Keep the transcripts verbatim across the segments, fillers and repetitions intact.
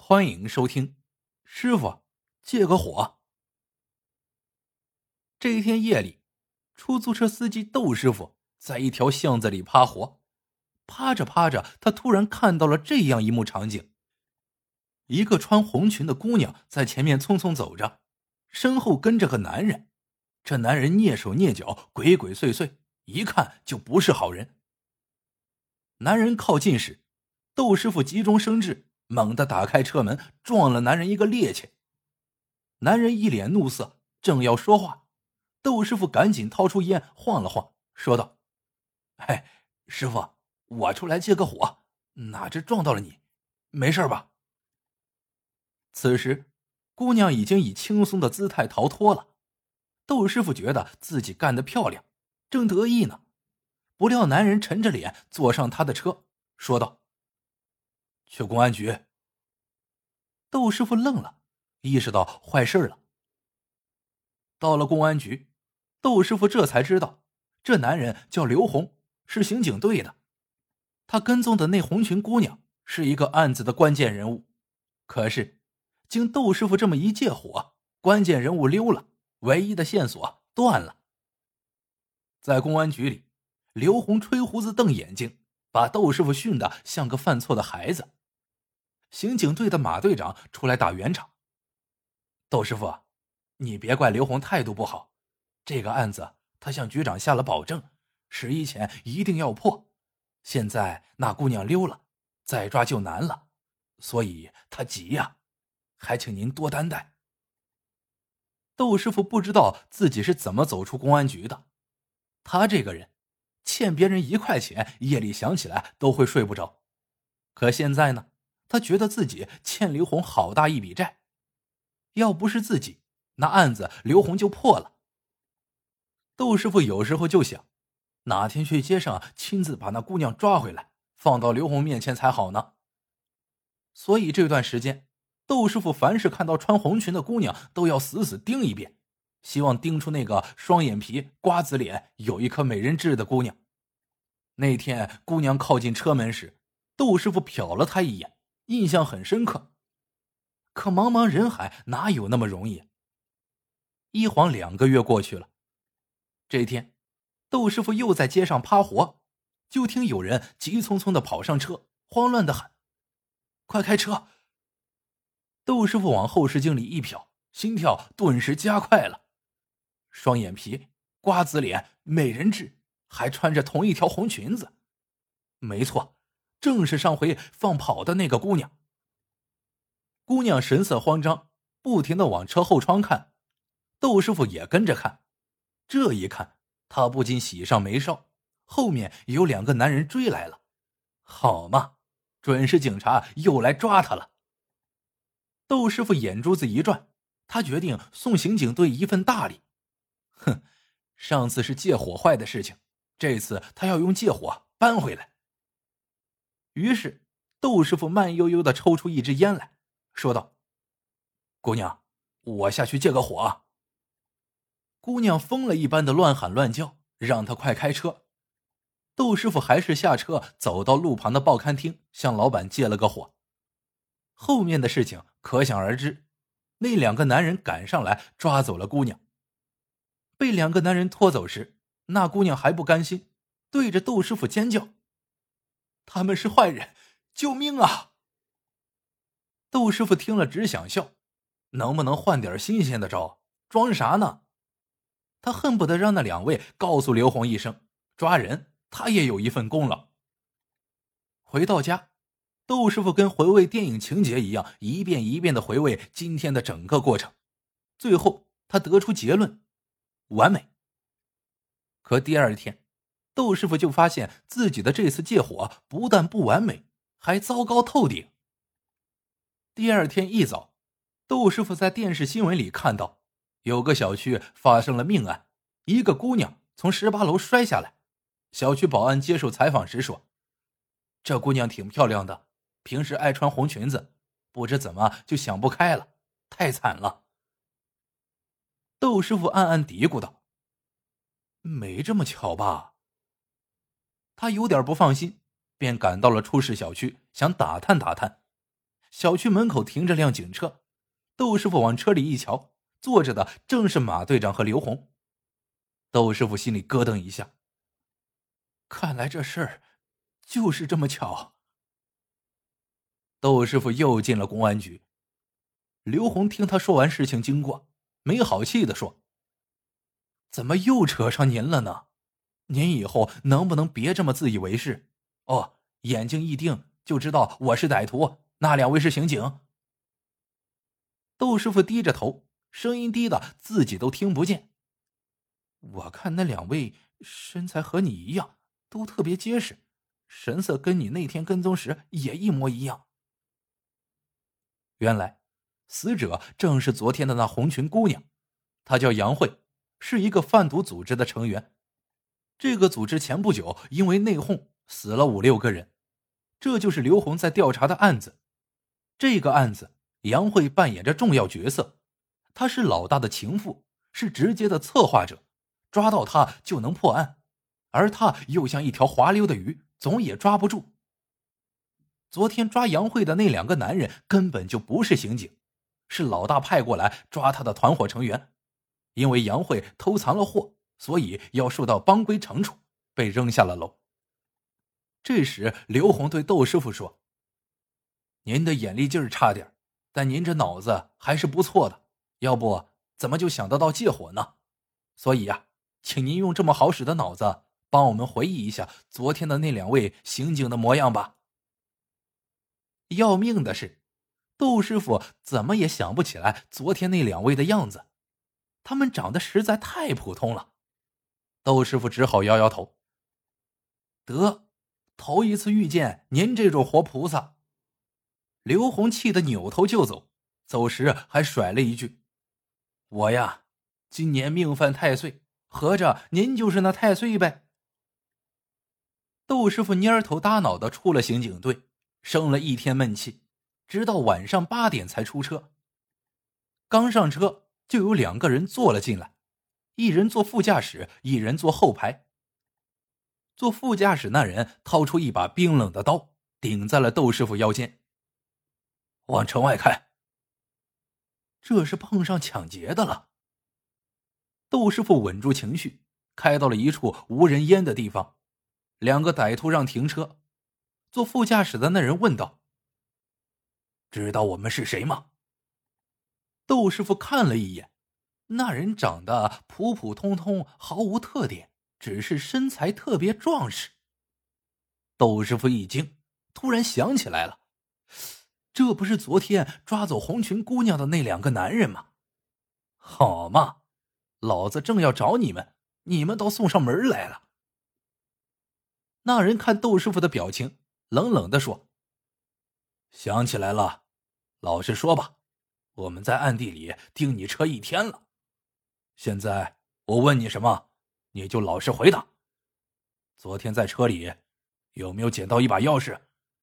欢迎收听师傅借个火。这一天夜里，出租车司机窦师傅在一条巷子里趴活，趴着趴着，他突然看到了这样一幕场景：一个穿红裙的姑娘在前面匆匆走着，身后跟着个男人。这男人蹑手蹑脚，鬼鬼祟祟，一看就不是好人。男人靠近时，窦师傅急中生智，猛地打开车门，撞了男人一个趔趄。男人一脸怒色，正要说话，窦师傅赶紧掏出烟晃了晃，说道：哎，师傅，我出来借个火，哪知撞到了你，没事吧？此时姑娘已经以轻松的姿态逃脱了。窦师傅觉得自己干得漂亮，正得意呢，不料男人沉着脸坐上他的车，说道：去公安局。窦师傅愣了，意识到坏事了。到了公安局，窦师傅这才知道，这男人叫刘红，是刑警队的。他跟踪的那红裙姑娘是一个案子的关键人物。可是经窦师傅这么一借火，关键人物溜了，唯一的线索断了。在公安局里，刘红吹胡子瞪眼睛，把窦师傅训得像个犯错的孩子。刑警队的马队长出来打圆场：窦师傅，你别怪刘红态度不好，这个案子他向局长下了保证，十一前一定要破。现在那姑娘溜了，再抓就难了，所以他急呀，还请您多担待。窦师傅不知道自己是怎么走出公安局的。他这个人欠别人一块钱，夜里想起来都会睡不着。可现在呢，他觉得自己欠刘红好大一笔债，要不是自己，那案子刘红就破了。窦师傅有时候就想，哪天去街上亲自把那姑娘抓回来，放到刘红面前才好呢。所以这段时间，窦师傅凡是看到穿红裙的姑娘都要死死盯一遍，希望盯出那个双眼皮、瓜子脸、有一颗美人痣的姑娘。那天姑娘靠近车门时，窦师傅瞟了她一眼，印象很深刻。可茫茫人海哪有那么容易？一晃两个月过去了。这天，窦师傅又在街上趴活，就听有人急匆匆地跑上车，慌乱地喊：快开车！窦师傅往后视镜里一瞟，心跳顿时加快了。双眼皮、瓜子脸、美人痣，还穿着同一条红裙子。没错，正是上回放跑的那个姑娘。姑娘神色慌张，不停地往车后窗看。窦师傅也跟着看。这一看，他不禁喜上眉梢，后面有两个男人追来了。好嘛，准是警察又来抓他了。窦师傅眼珠子一转，他决定送刑警队一份大礼。哼，上次是借火坏的事情，这次他要用借火搬回来。于是窦师傅慢悠悠地抽出一支烟来，说道：姑娘，我下去借个火啊。姑娘疯了一般的乱喊乱叫，让他快开车。窦师傅还是下车，走到路旁的报刊厅，向老板借了个火。后面的事情可想而知，那两个男人赶上来抓走了姑娘。被两个男人拖走时，那姑娘还不甘心，对着窦师傅尖叫：他们是坏人，救命啊！窦师傅听了只想笑，能不能换点新鲜的招？装啥呢？他恨不得让那两位告诉刘红一声，抓人他也有一份功劳。回到家，窦师傅跟回味电影情节一样，一遍一遍地回味今天的整个过程。最后他得出结论：完美。可第二天，窦师傅就发现自己的这次借火不但不完美，还糟糕透顶。第二天一早，窦师傅在电视新闻里看到，有个小区发生了命案，一个姑娘从十八楼摔下来。小区保安接受采访时说，这姑娘挺漂亮的，平时爱穿红裙子，不知怎么就想不开了，太惨了。窦师傅暗暗嘀咕道，没这么巧吧？他有点不放心，便赶到了出事小区，想打探打探。 小区门口停着辆警车，窦师傅往车里一瞧，坐着的正是马队长和刘红。窦师傅心里咯噔一下，看来这事儿就是这么巧。窦师傅又进了公安局。刘红听他说完事情经过，没好气地说：怎么又扯上您了呢？您以后能不能别这么自以为是？哦，眼睛一盯就知道我是歹徒，那两位是刑警。窦师傅低着头，声音低的自己都听不见。我看那两位身材和你一样，都特别结实，神色跟你那天跟踪时也一模一样。原来死者正是昨天的那红裙姑娘，她叫杨慧，是一个贩毒组织的成员。这个组织前不久因为内讧死了五六个人，这就是刘红在调查的案子。这个案子杨慧扮演着重要角色，她是老大的情妇，是直接的策划者，抓到她就能破案，而她又像一条滑溜的鱼，总也抓不住。昨天抓杨慧的那两个男人根本就不是刑警，是老大派过来抓他的团伙成员。因为杨慧偷藏了货，所以要受到帮规惩处，被扔下了楼。这时刘红对窦师傅说：您的眼力劲儿差点，但您这脑子还是不错的，要不怎么就想得到借火呢？所以呀、啊，请您用这么好使的脑子帮我们回忆一下昨天的那两位刑警的模样吧。要命的是，窦师傅怎么也想不起来昨天那两位的样子，他们长得实在太普通了。窦师傅只好摇摇头。得，头一次遇见您这种活菩萨。刘红气得扭头就走，走时还甩了一句：我呀，今年命犯太岁，合着您就是那太岁呗。窦师傅蔫头耷脑的出了刑警队，生了一天闷气，直到晚上八点才出车。刚上车就有两个人坐了进来，一人坐副驾驶，一人坐后排。坐副驾驶那人掏出一把冰冷的刀，顶在了窦师傅腰间。往城外开。这是碰上抢劫的了。窦师傅稳住情绪，开到了一处无人烟的地方。两个歹徒让停车。坐副驾驶的那人问道：知道我们是谁吗？窦师傅看了一眼，那人长得普普通通，毫无特点，只是身材特别壮实。窦师傅一惊，突然想起来了，这不是昨天抓走红裙姑娘的那两个男人吗？好嘛，老子正要找你们，你们倒送上门来了。那人看窦师傅的表情，冷冷地说：想起来了，老实说吧，我们在暗地里盯你车一天了。现在我问你什么，你就老实回答。昨天在车里有没有捡到一把钥匙？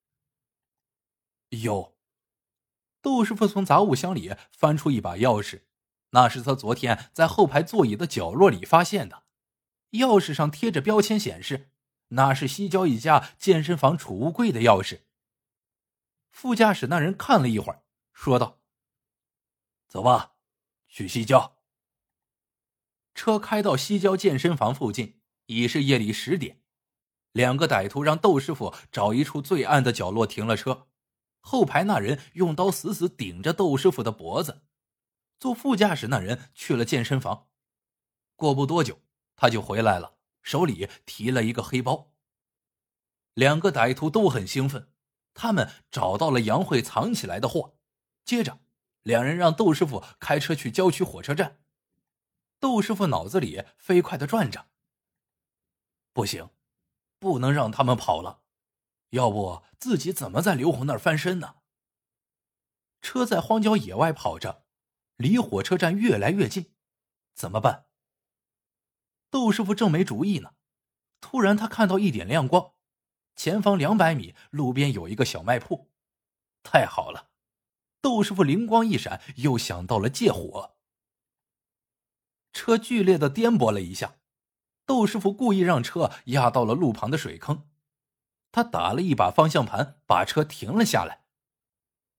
有。窦师傅从杂物箱里翻出一把钥匙，那是他昨天在后排座椅的角落里发现的。钥匙上贴着标签显示，那是西郊一家健身房储物柜的钥匙。副驾驶那人看了一会儿，说道：走吧，去西郊。车开到西郊健身房附近，已是夜里十点。两个歹徒让窦师傅找一处最暗的角落停了车。后排那人用刀死死顶着窦师傅的脖子。坐副驾驶那人去了健身房。过不多久，他就回来了，手里提了一个黑包。两个歹徒都很兴奋，他们找到了杨慧藏起来的货。接着两人让窦师傅开车去郊区火车站。窦师傅脑子里飞快地转着，不行，不能让他们跑了，要不自己怎么在刘红那儿翻身呢？车在荒郊野外跑着，离火车站越来越近，怎么办？窦师傅正没主意呢，突然他看到一点亮光，前方两百米路边有一个小卖铺。太好了，窦师傅灵光一闪，又想到了借火。车剧烈地颠簸了一下，窦师傅故意让车压到了路旁的水坑。他打了一把方向盘，把车停了下来。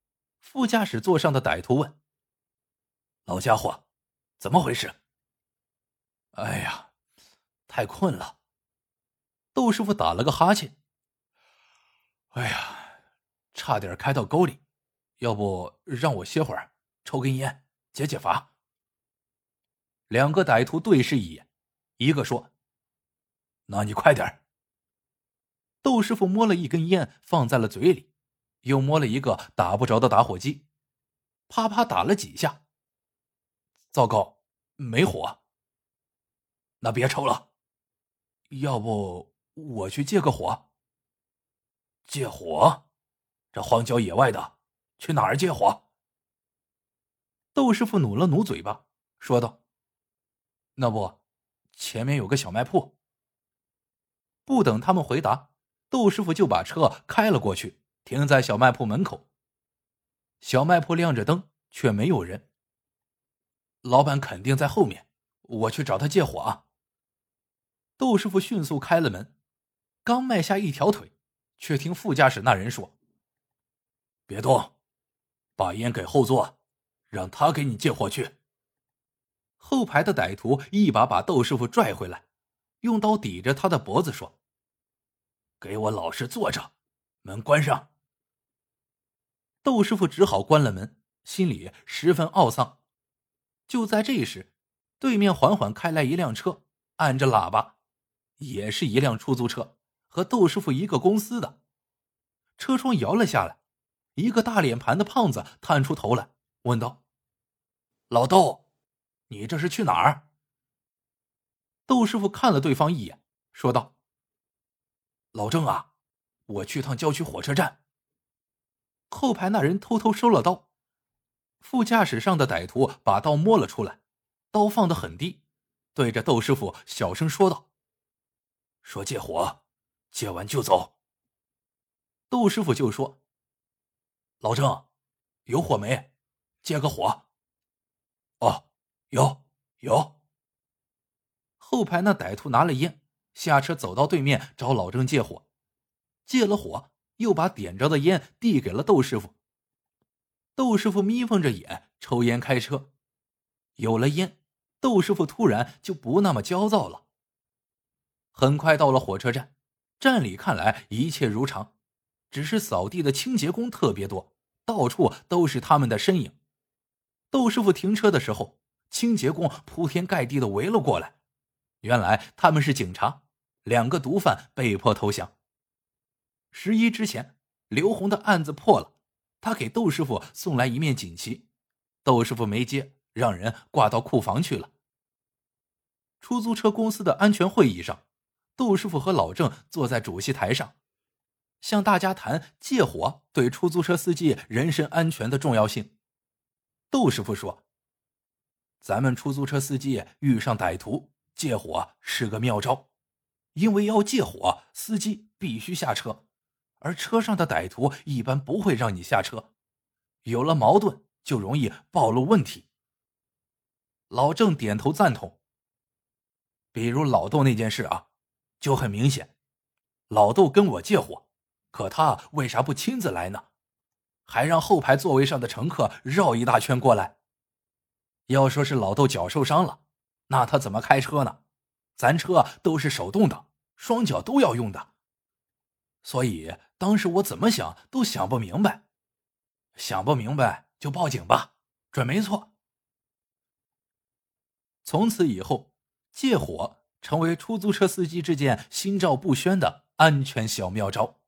副驾驶座上的歹徒问：“老家伙，怎么回事？”“哎呀，太困了。”窦师傅打了个哈欠。“哎呀，差点开到沟里，要不让我歇会儿，抽根烟解解乏。”两个歹徒对视一眼，一个说：“那你快点。”窦师傅摸了一根烟放在了嘴里，又摸了一个打不着的打火机，啪啪打了几下。糟糕，没火。那别抽了，要不我去借个火？借火？这荒郊野外的，去哪儿借火？窦师傅努了努嘴巴，说道：“那不，前面有个小卖铺。”不等他们回答，窦师傅就把车开了过去，停在小卖铺门口。小卖铺亮着灯，却没有人。老板肯定在后面，我去找他借火啊。窦师傅迅速开了门，刚迈下一条腿，却听副驾驶那人说：“别动，把烟给后座，让他给你借火去。”后排的歹徒一把把窦师傅拽回来，用刀抵着他的脖子说：“给我老实坐着，门关上。”窦师傅只好关了门，心里十分懊丧。就在这时，对面缓缓开来一辆车，按着喇叭，也是一辆出租车，和窦师傅一个公司的。车窗摇了下来，一个大脸盘的胖子探出头来，问道：“老窦，你这是去哪儿？”窦师傅看了对方一眼，说道：“老郑啊，我去趟郊区火车站。”后排那人偷偷收了刀，副驾驶上的歹徒把刀摸了出来，刀放得很低，对着窦师傅小声说道：“说借火，借完就走。”窦师傅就说：“老郑，有火没？借个火。”“哦，有有。”后排那歹徒拿了烟，下车走到对面找老郑借火，借了火，又把点着的烟递给了窦师傅。窦师傅眯缝着眼抽烟开车，有了烟，窦师傅突然就不那么焦躁了。很快到了火车站，站里看来一切如常，只是扫地的清洁工特别多，到处都是他们的身影。窦师傅停车的时候，清洁工铺天盖地的围了过来，原来他们是警察，两个毒贩被迫投降。十一之前，刘红的案子破了，他给窦师傅送来一面锦旗，窦师傅没接，让人挂到库房去了。出租车公司的安全会议上，窦师傅和老郑坐在主席台上，向大家谈借火对出租车司机人身安全的重要性。窦师傅说：“咱们出租车司机遇上歹徒，借火是个妙招，因为要借火，司机必须下车，而车上的歹徒一般不会让你下车，有了矛盾就容易暴露问题。”老郑点头赞同。比如老窦那件事啊，就很明显，老窦跟我借火，可他为啥不亲自来呢？还让后排座位上的乘客绕一大圈过来。要说是老窦脚受伤了，那他怎么开车呢？咱车都是手动挡，双脚都要用的。所以当时我怎么想都想不明白。想不明白就报警吧，准没错。从此以后，借火成为出租车司机之间心照不宣的安全小妙招。